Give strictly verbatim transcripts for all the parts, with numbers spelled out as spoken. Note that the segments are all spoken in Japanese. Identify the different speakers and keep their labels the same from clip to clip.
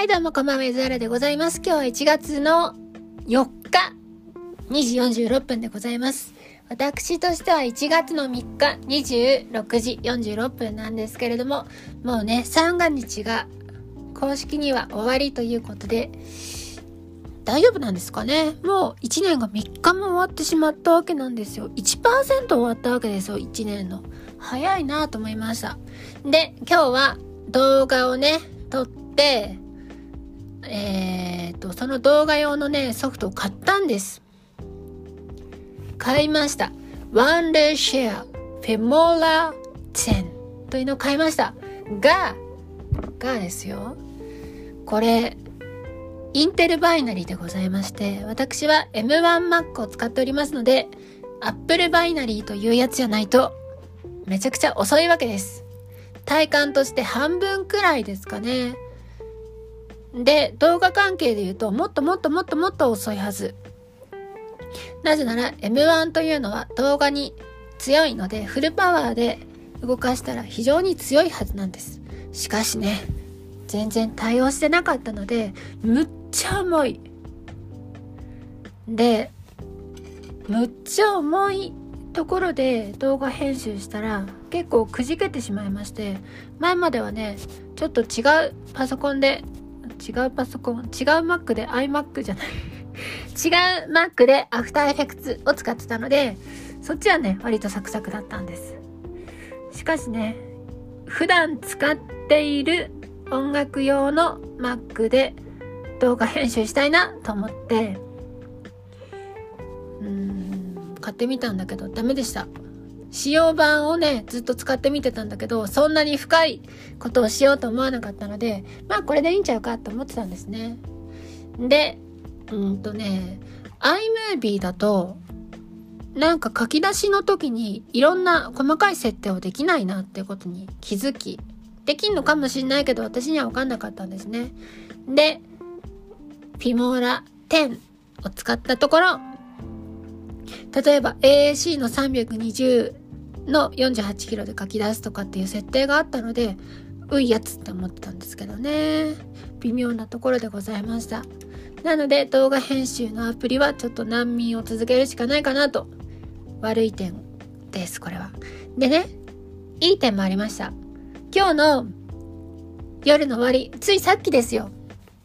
Speaker 1: はいどうもこんばんは、水原でございます。今日はいちがつのよっかにじよんじゅうろっぷんでございます。私としてはいちがつのみっかにじゅうろくじよんじゅうろっぷんなんですけれども、もうね三が日が公式には終わりということで、大丈夫なんですかね。もういちねんがみっかも終わってしまったわけなんですよ。 いちパーセント 終わったわけですよ。いちねんの早いなと思いました。で、今日は動画をね撮ってえーとその動画用のねソフトを買ったんです。買いました。ワンレーシェアフェモラテンというのを買いましたががですよ、これインテルバイナリーでございまして、私は エムワンマック を使っておりますので、アップルバイナリーというやつじゃないとめちゃくちゃ遅いわけです。体感として半分くらいですかね。で、動画関係で言うともっともっともっともっと遅いはず。なぜなら エムワン というのは動画に強いので、フルパワーで動かしたら非常に強いはずなんです。しかしね、全然対応してなかったので、むっちゃ重い。で、むっちゃ重いところで動画編集したら結構くじけてしまいまして、前まではね、ちょっと違うパソコンで違うパソコン、違う Mac で iMac じゃない違う Mac で After Effects を使ってたので、そっちはね割とサクサクだったんです。しかしね、普段使っている音楽用の Mac で動画編集したいなと思ってうーん買ってみたんだけどダメでした。使用版をねずっと使ってみてたんだけど、そんなに深いことをしようと思わなかったので、まあこれでいいんちゃうかと思ってたんですね。で、うんとね iMovie だとなんか書き出しの時にいろんな細かい設定をできないなっていうことに気づき、できんのかもしれないけど私には分かんなかったんですね。で、フィモーラテンを使ったところ、例えば エーエーシー のさんびゃくにじゅうの よんじゅうはちキロで書き出すとかっていう設定があったので、ういやつって思ってたんですけどね、微妙なところでございました。なので動画編集のアプリはちょっと難民を続けるしかないかなと。悪い点です、これは。でね、いい点もありました。今日の夜の終わり、ついさっきですよ、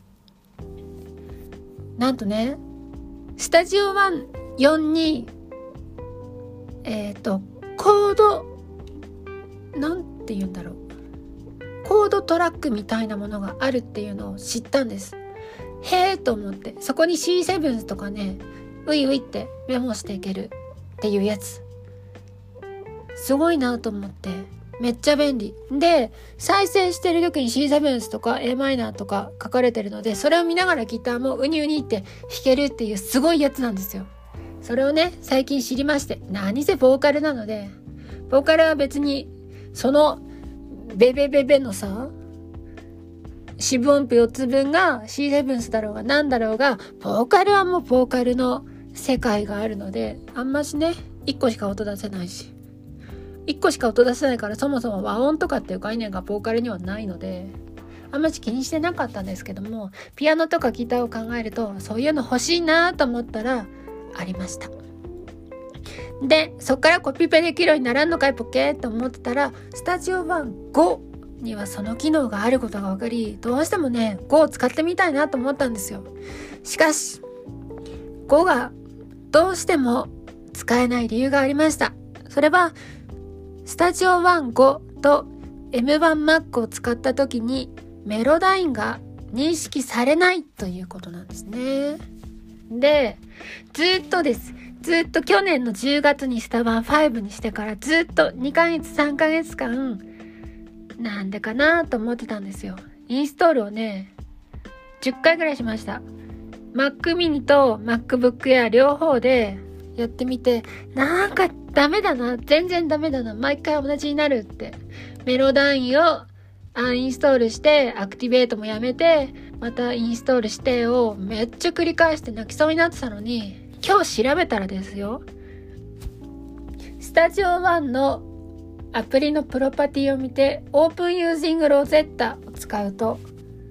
Speaker 1: なんとねスタジオワンよんにえっとコードなんて言うんだろうコードトラックみたいなものがあるっていうのを知ったんです。へーと思って、そこに シーセブン とかねういういってメモしていけるっていうやつ、すごいなと思って、めっちゃ便利で、再生してる時に シーセブン とか エーマイナー とか書かれてるので、それを見ながらギターもウニウニって弾けるっていうすごいやつなんですよ。それをね最近知りまして、何せボーカルなので、ボーカルは別にそのベベベベのさ四分音符よっつぶんが シーセブン だろうがなんだろうが、ボーカルはもうボーカルの世界があるので、あんましねいっこしか音出せないし、いっこしか音出せないから、そもそも和音とかっていう概念がボーカルにはないのであんまり気にしてなかったんですけども、ピアノとかギターを考えるとそういうの欲しいなと思ったらありました。で、そっからコピペできるようにならんのかいポケーと思ってたら、スタジオワンごにはその機能があることが分かり、どうしてもねごを使ってみたいなと思ったんですよ。しかしごがどうしても使えない理由がありました。それはスタジオワンごと エムワンマック を使った時にメロダインが認識されないということなんですね。で、ずっとですずっと去年のじゅうがつにスタバンごにしてからずっとにかげつさんかげつかんなんでかなと思ってたんですよ。インストールをねじゅっかいぐらいしました。 Mac mini と MacBook Air 両方でやってみて、なんかダメだな、全然ダメだな、毎回同じになるって、メロダインをアンインストールしてアクティベートもやめてまたインストールしてをめっちゃ繰り返して泣きそうになってたのに、今日調べたらですよ、スタジオワンのアプリのプロパティを見て Open Using Rosetta を使うと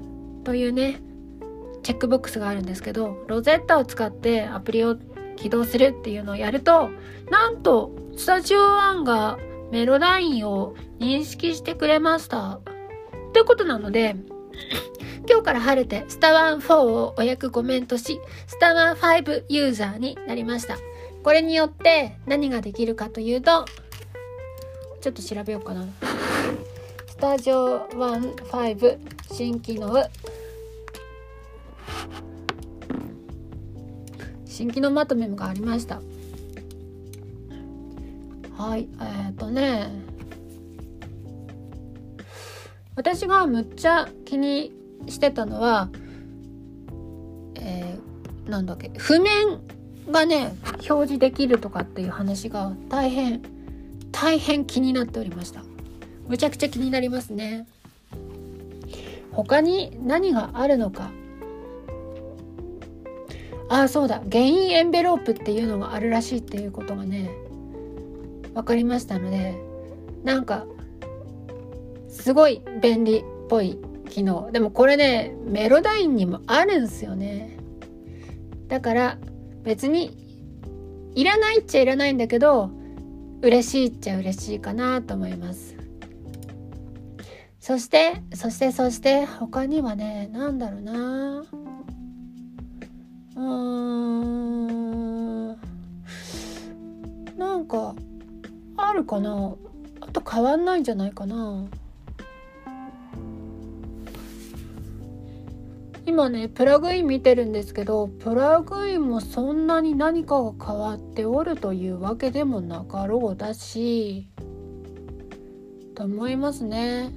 Speaker 1: というねチェックボックスがあるんですけど、ロゼッタを使ってアプリを起動するっていうのをやると、なんとスタジオワンがメロダインを認識してくれましたということなので、今日から晴れてスタワンフォーをお役コメントし、スタワンファイブユーザーになりました。これによって何ができるかというと、ちょっと調べようかな。スタジオワンファイブ新機能、新機能まとめがありました。はい、えっとね私がむっちゃ気にしてたのは、えー、なんだっけ譜面がね表示できるとかっていう話が大変大変気になっておりました。むちゃくちゃ気になりますね。他に何があるのか。ああそうだ、ゲインエンベロープっていうのがあるらしいっていうことがね分かりましたので、なんかすごい便利っぽい機能。でもこれねメロダインにもあるんですよね。だから別にいらないっちゃいらないんだけど、嬉しいっちゃ嬉しいかなと思います。そしてそしてそして他にはね、なんだろうな、うーんなんかあるかな。あと変わんないんじゃないかな。今ねプラグイン見てるんですけど、プラグインもそんなに何かが変わっておるというわけでもなかろうだしと思いますね。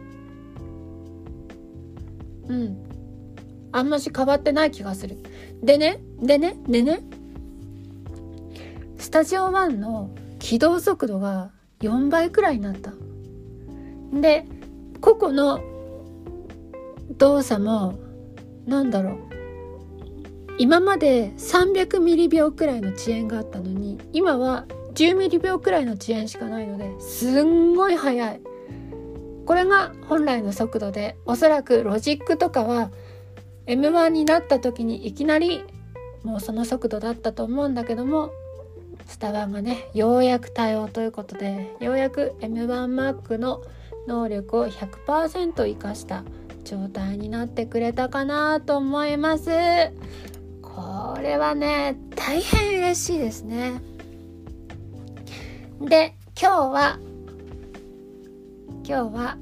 Speaker 1: うんあんまし変わってない気がする。でねでねでねスタジオワンの起動速度がよんばいくらいになった。で個々の動作もなんだろう、今までさんびゃくミリびょうくらいの遅延があったのに、今はじゅうミリびょうくらいの遅延しかないので、すんごい速い。これが本来の速度で、おそらくロジックとかは エムワン になった時にいきなりもうその速度だったと思うんだけども、スタワンがねようやく対応ということで、ようやく エムワンマック の能力を ひゃくパーセント 生かした状態になってくれたかなと思います。これはね大変嬉しいですね。で今日は今日は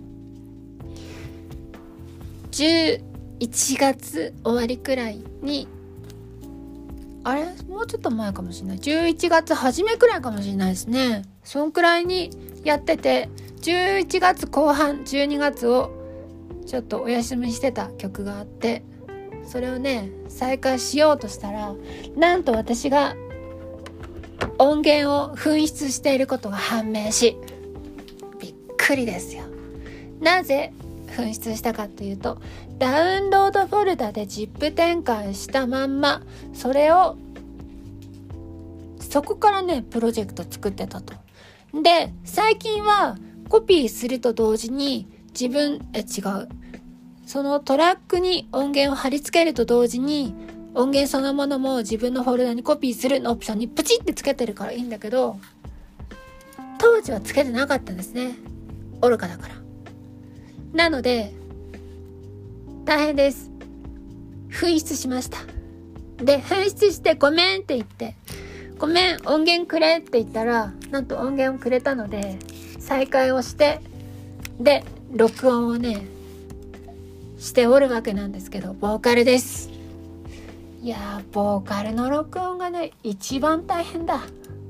Speaker 1: じゅういちがつ終わりくらいに、あれもうちょっと前かもしれない、じゅういちがつ初めくらいかもしれないですね。そんくらいにやってて、じゅういちがつこう半じゅうにがつをちょっとお休みしてた曲があって、それをね再開しようとしたら、なんと私が音源を紛失していることが判明し、びっくりですよ。なぜ紛失したかというと、ダウンロードフォルダで ジップ 展開したまんま、それをそこからねプロジェクト作ってたと。で最近はコピーすると同時に自分え違うそのトラックに音源を貼り付けると同時に音源そのものも自分のフォルダにコピーするのオプションにプチってつけてるからいいんだけど、当時はつけてなかったんですね。愚かだから。なので大変です。紛失しました。で紛失してごめんって言って、ごめん音源くれって言ったら、なんと音源をくれたので再開をして、で録音をねしておるわけなんですけど、ボーカルです。いやーボーカルの録音がね一番大変だ。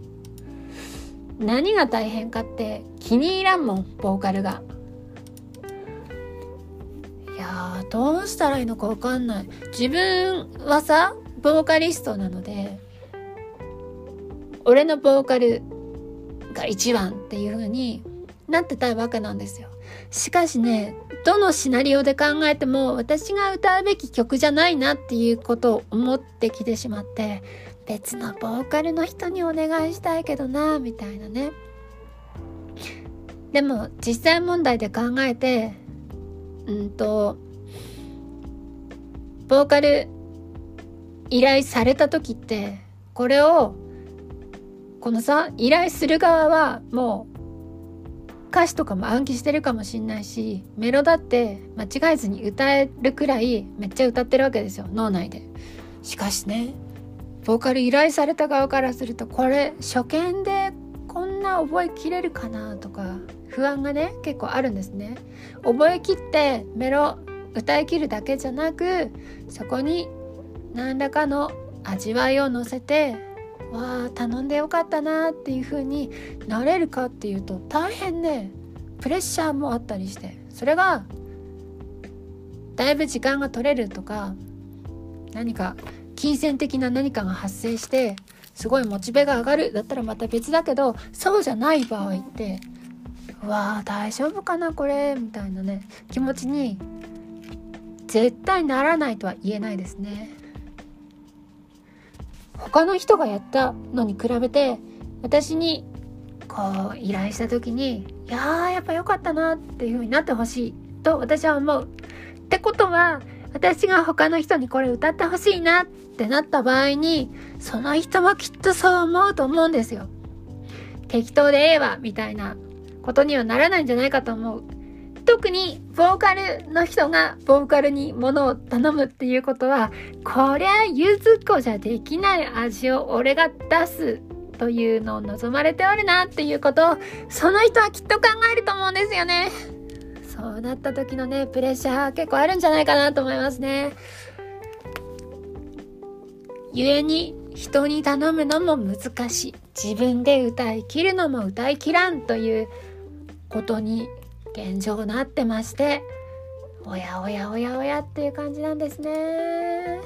Speaker 1: 何が大変かって気に入らんもん、ボーカルが。いやーどうしたらいいのか分かんない。自分はさボーカリストなので、俺のボーカルが一番っていう風になってたわけなんですよ。しかしね、どのシナリオで考えても私が歌うべき曲じゃないなっていうことを思ってきてしまって、別のボーカルの人にお願いしたいけどなみたいなね。でも実際問題で考えて、うんとボーカル依頼された時って、これをこのさ依頼する側はもう歌詞とかも暗記してるかもしんないし、メロだって間違えずに歌えるくらいめっちゃ歌ってるわけですよ、脳内で。しかしね、ボーカル依頼された側からすると、これ初見でこんな覚えきれるかなとか不安がね結構あるんですね。覚えきってメロ歌い切るだけじゃなく、そこに何らかの味わいを乗せて、わあ頼んでよかったなっていう風になれるかっていうと、大変ねプレッシャーもあったりして、それがだいぶ時間が取れるとか、何か金銭的な何かが発生してすごいモチベが上がるだったらまた別だけど、そうじゃない場合って、うわあ大丈夫かなこれみたいなね気持ちに絶対ならないとは言えないですね。他の人がやったのに比べて、私にこう依頼した時に、いやーやっぱ良かったなっていう風になってほしいと私は思う。ってことは、私が他の人にこれ歌ってほしいなってなった場合に、その人もきっとそう思うと思うんですよ。適当でええわみたいなことにはならないんじゃないかと思う。特にボーカルの人がボーカルに物を頼むっていうことは、こりゃゆず子じゃできない味を俺が出すというのを望まれておるなっていうことを、その人はきっと考えると思うんですよね。そうなった時のねプレッシャー結構あるんじゃないかなと思いますね。故に人に頼むのも難しい、自分で歌い切るのも歌い切らんということに現状なってまして、おやおやおやおやっていう感じなんですね。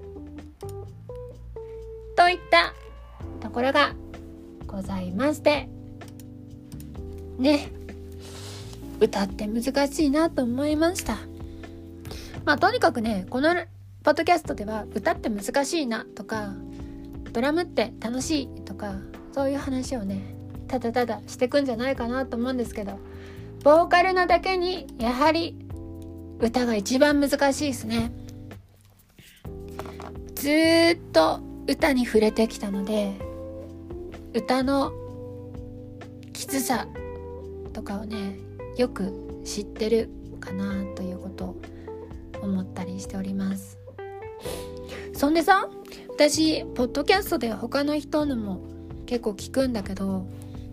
Speaker 1: といったところがございましてね、歌って難しいなと思いました。まあとにかくね、このポッドキャストでは歌って難しいなとか、ドラムって楽しいとか、そういう話をねただただしてくんじゃないかなと思うんですけど、ボーカルなだけにやはり歌が一番難しいですね。ずーっと歌に触れてきたので、歌のきつさとかをねよく知ってるかなということを思ったりしております。そんでさ、私ポッドキャストで他の人のも結構聞くんだけど、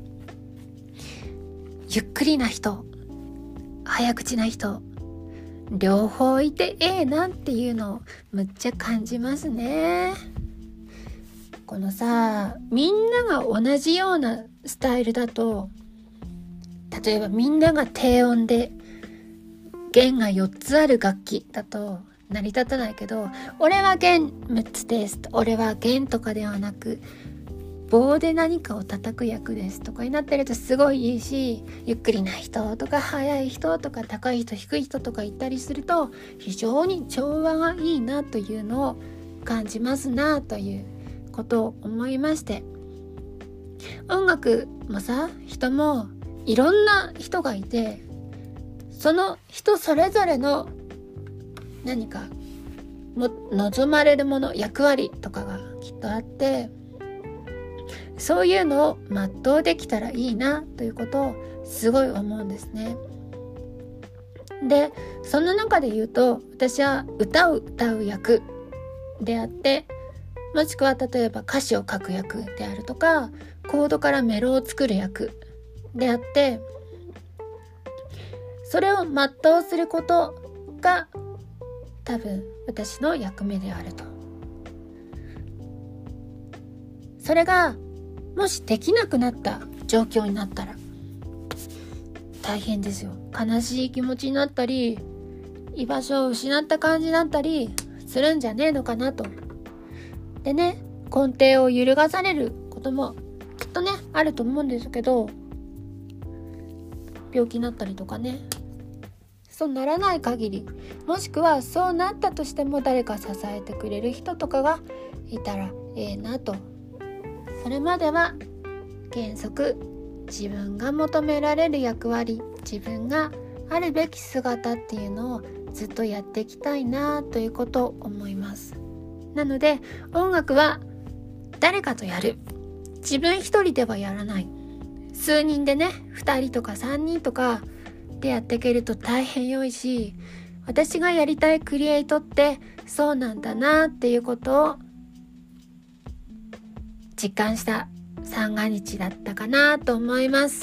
Speaker 1: ゆっくりな人、早口な人、両方いてええなっていうのをむっちゃ感じますね。このさ、みんなが同じようなスタイルだと、例えばみんなが低音で弦がよっつある楽器だと成り立たないけど、俺は弦むっつです、俺は弦とかではなく棒で何かを叩く役ですとかになってるとすごいいいし、ゆっくりな人とか速い人とか高い人低い人とか言ったりすると非常に調和がいいなというのを感じますなということを思いまして、音楽もさ、人もいろんな人がいて、その人それぞれの何かも望まれるもの、役割とかがきっとあって、そういうのを全うできたらいいなということをすごい思うんですね。で、その中で言うと、私は歌を歌う役であって、もしくは例えば歌詞を書く役であるとか、コードからメロを作る役であって、それを全うすることが多分私の役目であると。それがもしできなくなった状況になったら大変ですよ。悲しい気持ちになったり、居場所を失った感じになったりするんじゃねえのかなと。でね、根底を揺るがされることもきっとねあると思うんですけど、病気になったりとかね、そうならない限り、もしくはそうなったとしても誰か支えてくれる人とかがいたらええなと。それまでは原則自分が求められる役割、自分があるべき姿っていうのをずっとやっていきたいなということを思います。なので音楽は誰かとやる、自分一人ではやらない、数人でね、ふたりとかさんにんとかでやっていけると大変良いし、私がやりたいクリエイトってそうなんだなっていうことを実感した三が日だったかなと思います。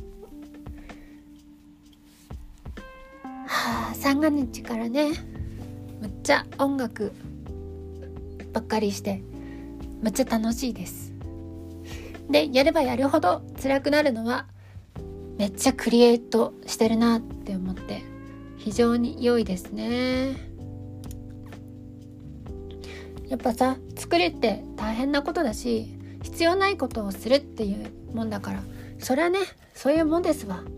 Speaker 1: はあ、三が日からね、むっちゃ音楽ばっかりしてむっちゃ楽しいです。で、やればやるほど辛くなるのは、めっちゃクリエイトしてるなって思って非常に良いですね。やっぱさ、作るって大変なことだし、必要ないことをするっていうもんだから、それはね、そういうもんですわ。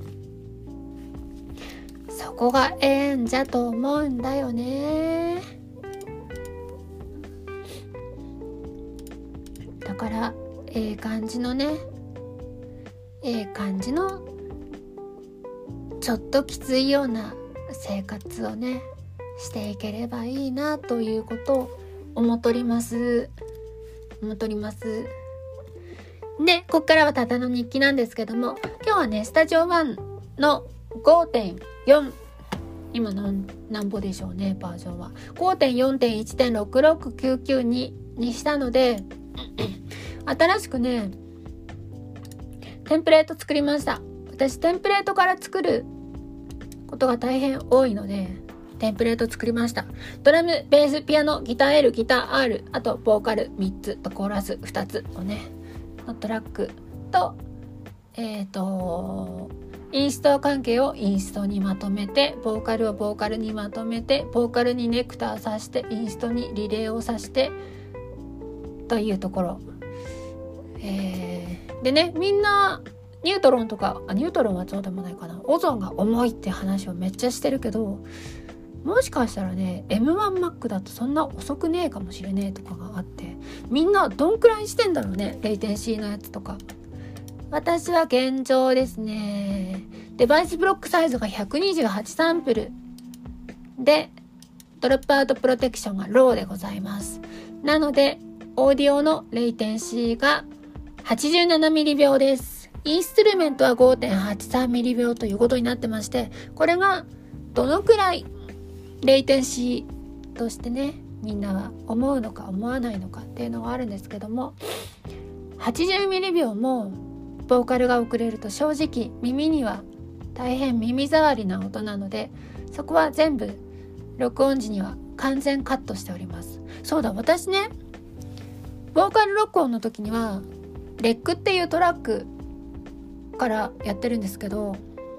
Speaker 1: そこがええんじゃと思うんだよね。だからええ感じのね、ええ感じのちょっときついような生活をねしていければいいなということを思っとります思っとりますで、ここからはただの日記なんですけども、今日はねスタジオワンの ごてんよん、 今何何歩でしょうね、バージョンは ごてんよんてんいちてんろくろくきゅうきゅうに にしたので新しくねテンプレート作りました。私テンプレートから作ることが大変多いのでテンプレート作りました。ドラム、ベース、ピアノ、ギター L、ギター R、あとボーカルみっつとコーラスふたつをねのトラックとえっとインスト関係をインストにまとめて、ボーカルをボーカルにまとめて、ボーカルにネクターさしてインストにリレーをさしてというところ、えー、でね、みんなニュートロンとか、あニュートロンはそうでもないかな、オゾンが重いって話をめっちゃしてるけど、もしかしたらね エムワンマック だとそんな遅くねえかもしれねえとかがあって、みんなどんくらいしてんだろうね、レイテンシーのやつとか。私は現状ですね、デバイスブロックサイズがひゃくにじゅうはちサンプルで、ドロップアウトプロテクションがローでございます。なのでオーディオのレイテンシーがはちじゅうななミリびょうです。インストゥルメントは ごてんはちさんミリびょうということになってまして、これがどのくらいレイテンシーとしてねみんなは思うのか思わないのかっていうのがあるんですけども、はちじゅうミリびょうもボーカルが遅れると正直耳には大変耳障りな音なので、そこは全部録音時には完全カットしております。そうだ、私ねボーカル録音の時にはレックっていうトラックからやってるんですけど、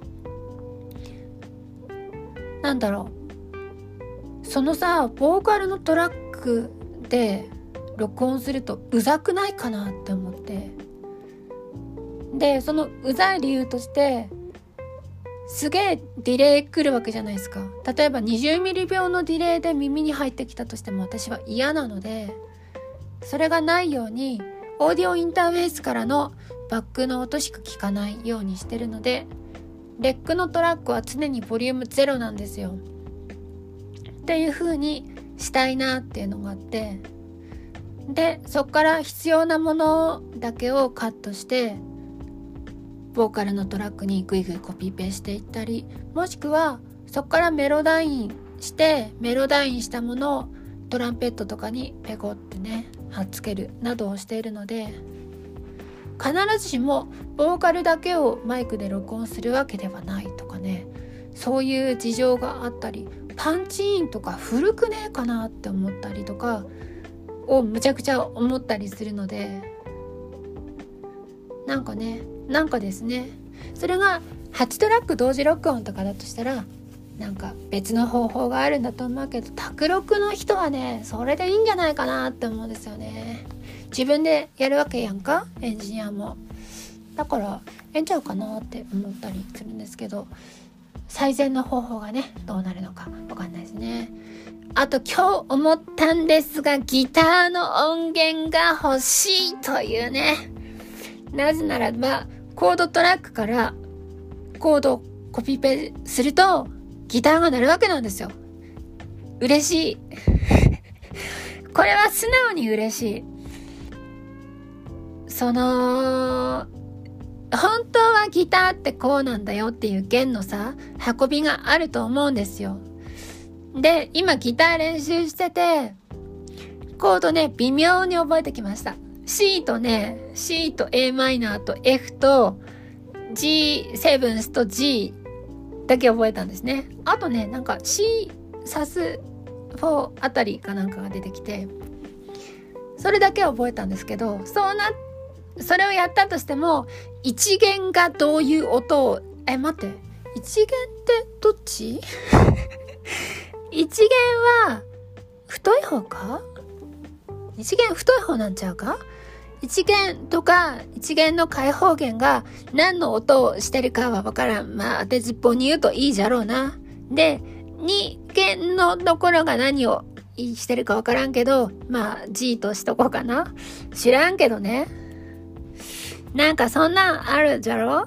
Speaker 1: なんだろう、そのさボーカルのトラックで録音するとうざくないかなって思って、でそのうざい理由としてすげえディレイ来るわけじゃないですか。例えばにじゅうミリびょうのディレイで耳に入ってきたとしても私は嫌なので、それがないようにオーディオインターフェースからのバックの音しか聞かないようにしてるので、レックのトラックは常にボリュームゼロなんですよっていう風にしたいなっていうのがあって、でそっから必要なものだけをカットしてボーカルのトラックにグイグイコピーペしていったり、もしくはそっからメロダインしてメロダインしたものをトランペットとかにペコってね貼っつけるなどをしているので、必ずしもボーカルだけをマイクで録音するわけではないとかね、そういう事情があったり、パンチインとか古くねえかなって思ったりとかをむちゃくちゃ思ったりするので、なんかねなんかですねそれがはちトラック同時録音とかだとしたらなんか別の方法があるんだと思うけど、卓録の人はねそれでいいんじゃないかなって思うんですよね。自分でやるわけやんか、エンジニアも。だからええんちゃうかなって思ったりするんですけど、最善の方法がねどうなるのかわかんないですね。あと今日思ったんですが、ギターの音源が欲しいというね。なぜならばコードトラックからコードをコピペするとギターが鳴るわけなんですよ。嬉しい。これは素直に嬉しい。その、本当はギターってこうなんだよっていう弦のさ、運びがあると思うんですよ。で、今ギター練習してて、コードね、微妙に覚えてきました。C とね、C と A マイナーと F と G、セブンスと G だけ覚えたんですね。あとね、なんか C サスフォーあたりかなんかが出てきて、それだけ覚えたんですけど、そうな、それをやったとしても、一弦がどういう音を、え、待って、一弦ってどっち？一弦は太い方か？一弦太い方なんちゃうか？一弦とか一弦の開放弦が何の音をしてるかはわからん。まあ当てずっぽうに言うといいじゃろうな。で、二弦のところが何をしてるかわからんけど、まあ G としとこうかな。知らんけどね。なんかそんなんあるじゃろ？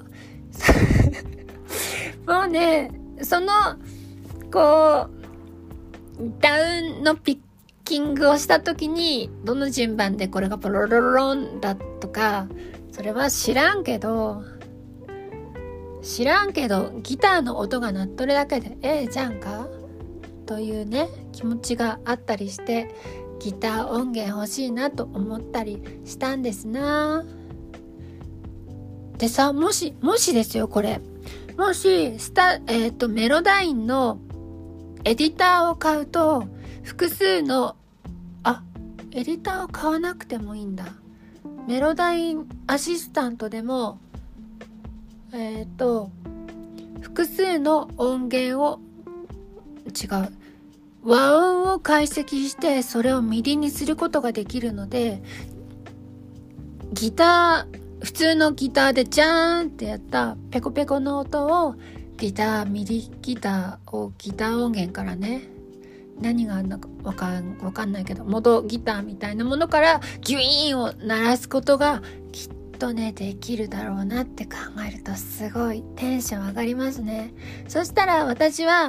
Speaker 1: もうね、そのこうダウンのピッキングをした時にどの順番でこれがポロロロロンだとか、それは知らんけど知らんけどギターの音が鳴っとるだけでええじゃんかというね気持ちがあったりして、ギター音源欲しいなと思ったりしたんですな。でさ、もしもしですよ、これもしスタ、えっとメロダインのエディターを買うと複数の、あ、エディターを買わなくてもいいんだ。メロダインアシスタントでもえっと複数の音源を違う和音を解析してそれをミディにすることができるので、ギター普通のギターでジャーンってやったペコペコの音をギターミディギターをギター音源からね、何があるのかわかん、わかんないけど元ギターみたいなものからギュイーンを鳴らすことがきっとねできるだろうなって考えるとすごいテンション上がりますね。そしたら私は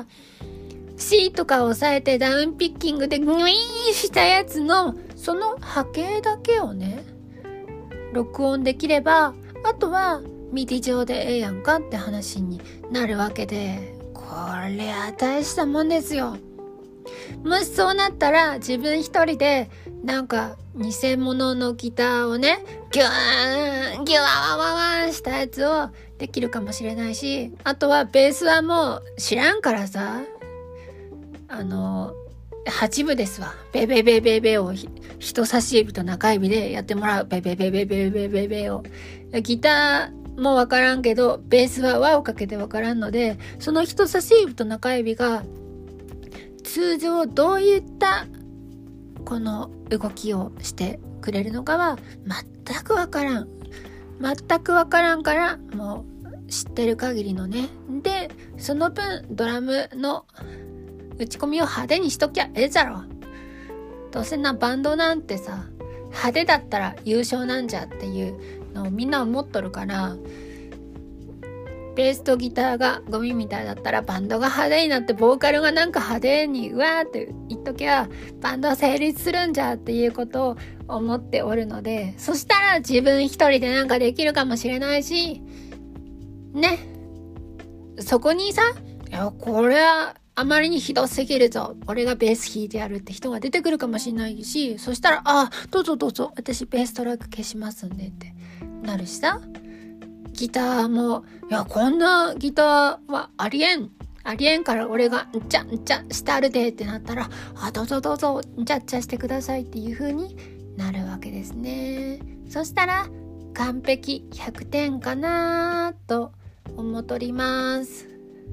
Speaker 1: C とかを押さえてダウンピッキングでグイーンしたやつのその波形だけをね録音できれば、あとはミディ上でええやんかって話になるわけで、これは大したもんですよ。もしそうなったら自分一人でなんか偽物のギターをねギューンギュワワワワンしたやつをできるかもしれないし、あとはベースはもう知らんからさ、あのはちぶですわ。ベベベベベを人差し指と中指でやってもらう。ベベベベベベベベを。ギターもわからんけど、ベースは輪をかけてわからんので、その人差し指と中指が通常どういったこの動きをしてくれるのかは全くわからん。全くわからんから、もう知ってる限りのね。で、その分ドラムの打ち込みを派手にしときゃええじゃろ。どうせなバンドなんてさ派手だったら優勝なんじゃっていうのをみんな思っとるから、ベースとギターがゴミみたいだったらバンドが派手になってボーカルがなんか派手にうわーって言っときゃバンドは成立するんじゃっていうことを思っておるので、そしたら自分一人でなんかできるかもしれないしね。そこにさ、いやこれはあまりにひどすぎるぞ、俺がベース弾いてやるって人が出てくるかもしれないし、そしたらあどうぞどうぞ私ベーストラック消しますんでってなるしさ、ギターもいやこんなギターはありえんありえんから俺がんちゃんちゃしてあるでってなったら、あどうぞどうぞんちゃっちゃしてくださいっていう風になるわけですね。そしたら完璧ひゃくてんかなと思っとります。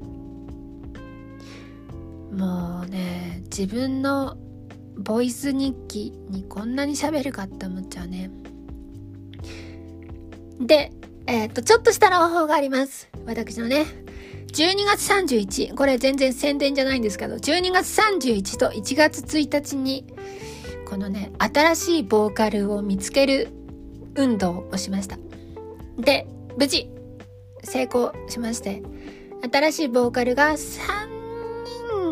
Speaker 1: もうね、自分のボイス日記にこんなに喋るかって思っちゃうね。で、えっと、ちょっとした朗報があります。私のね、じゅうにがつさんじゅういち、これ全然宣伝じゃないんですけど、じゅうにがつさんじゅういちといちがつついたちに、このね、新しいボーカルを見つける運動をしました。で、無事、成功しまして、新しいボーカルがさん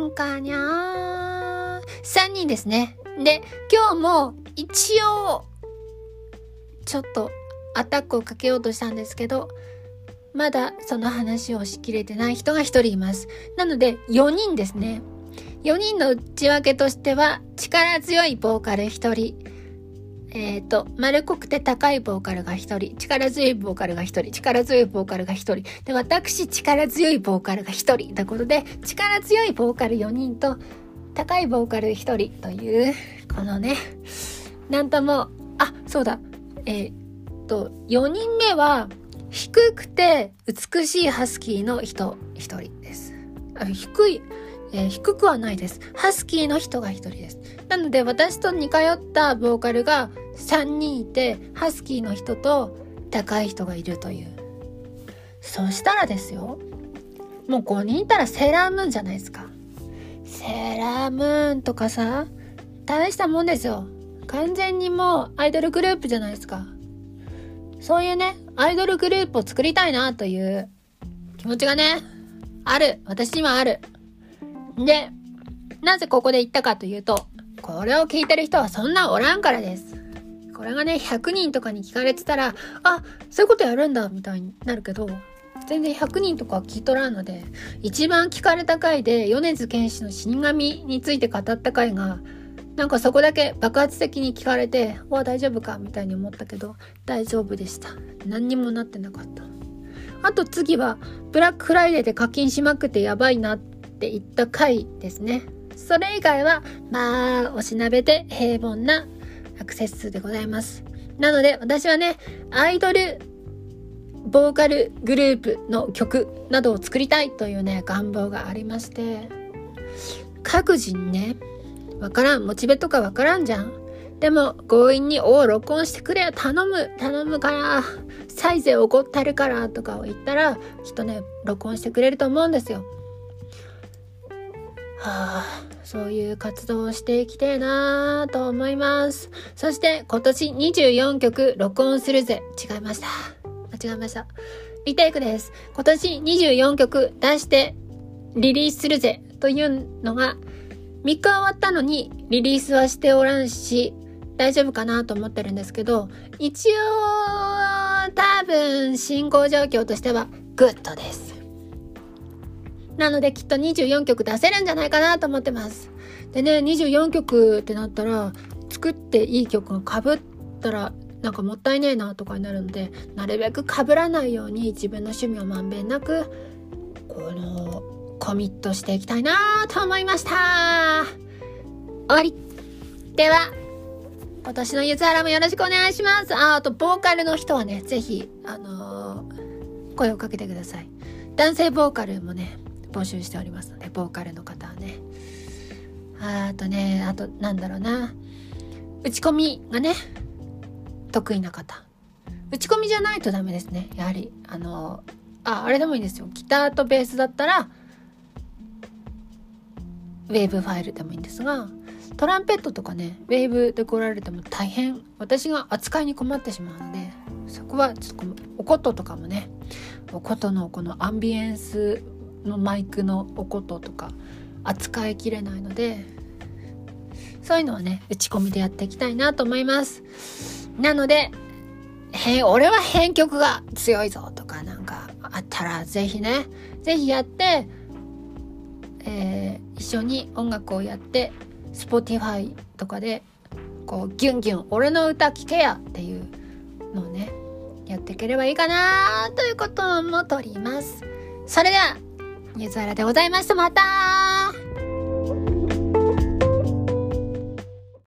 Speaker 1: んかにゃーさんにんですね。で、今日も一応ちょっとアタックをかけようとしたんですけど、まだその話をしきれてない人がひとりいます。なのでよにんですね。よにんの内訳としては、力強いボーカルひとり、えっと丸っこくて高いボーカルがひとり、力強いボーカルがひとり、力強いボーカルがひとりで、私力強いボーカルがひとりということで、力強いボーカルよにんと高いボーカルひとりというこのね、なんとも、あ、そうだ、えっとよにんめは低くて美しいハスキーの人ひとりです。あ、低い、えー、低くはないです。ハスキーの人がひとりです。なので私と似通ったボーカルがさんにんいて、ハスキーの人と高い人がいるという。そしたらですよ、もうごにんいたらセーラームーンじゃないですか。セーラームーンとかさ、大したもんですよ。完全にもうアイドルグループじゃないですか。そういうね、アイドルグループを作りたいなという気持ちがね、ある。私にはある。で、なぜここで言ったかというと、これを聞いてる人はそんなおらんからです。これがね、ひゃくにんとかに聞かれてたら、あ、そういうことやるんだみたいになるけど、全然ひゃくにんとか聞いとらんので、一番聞かれた回で米津玄師の死神について語った回が、なんかそこだけ爆発的に聞かれて、わ、大丈夫かみたいに思ったけど、大丈夫でした。何にもなってなかった。あと次はブラックフライデーで課金しまくってやばいなって言った回ですね。それ以外はまあおしなべて平凡なアクセス数でございます。なので私はね、アイドルボーカルグループの曲などを作りたいというね、願望がありまして、各人ね、わからん、モチベとかわからんじゃん。でも強引にお録音してくれよ、頼む頼むから、サイゼ怒ったるからとかを言ったら、きっとね録音してくれると思うんですよ。はあ、そういう活動をしていきたいなと思います。そして今年にじゅうよんきょく録音するぜ。違いました。間違えました。リテイクです。今年にじゅうよんきょく出してリリースするぜというのがみっか終わったのにリリースはしておらんし、大丈夫かなと思ってるんですけど、一応多分進行状況としてはグッドです。なのできっとにじゅうよんきょく出せるんじゃないかなと思ってます。でね、にじゅうよんきょくってなったら、作っていい曲が被ったらなんかもったいねえなとかになるので、なるべく被らないように自分の趣味をまんべんなくこのコミットしていきたいなと思いました。終わり。では今年のゆずはらもよろしくお願いします。あ、あとボーカルの人はね、ぜひあのー、声をかけてください。男性ボーカルもね募集しておりますので、ボーカルの方はね。あ, あとね、あとなんだろうな、打ち込みがね得意な方、打ち込みじゃないとダメですね。やはりあのああれでもいいですよ。ギターとベースだったらウェーブファイルでもいいんですが、トランペットとかねウェーブで来られても大変、私が扱いに困ってしまうので、そこはちょっとおこととかもね、おことのこのアンビエンスのマイクのおこととか扱いきれないので、そういうのはね打ち込みでやっていきたいなと思います。なのでへ俺は編曲が強いぞとかなんかあったら、ぜひねぜひやって、えー、一緒に音楽をやって Spotify とかでこうギュンギュン俺の歌聴けやっていうのをねやっていければいいかなということも取ります。それではゆずはらでございました。また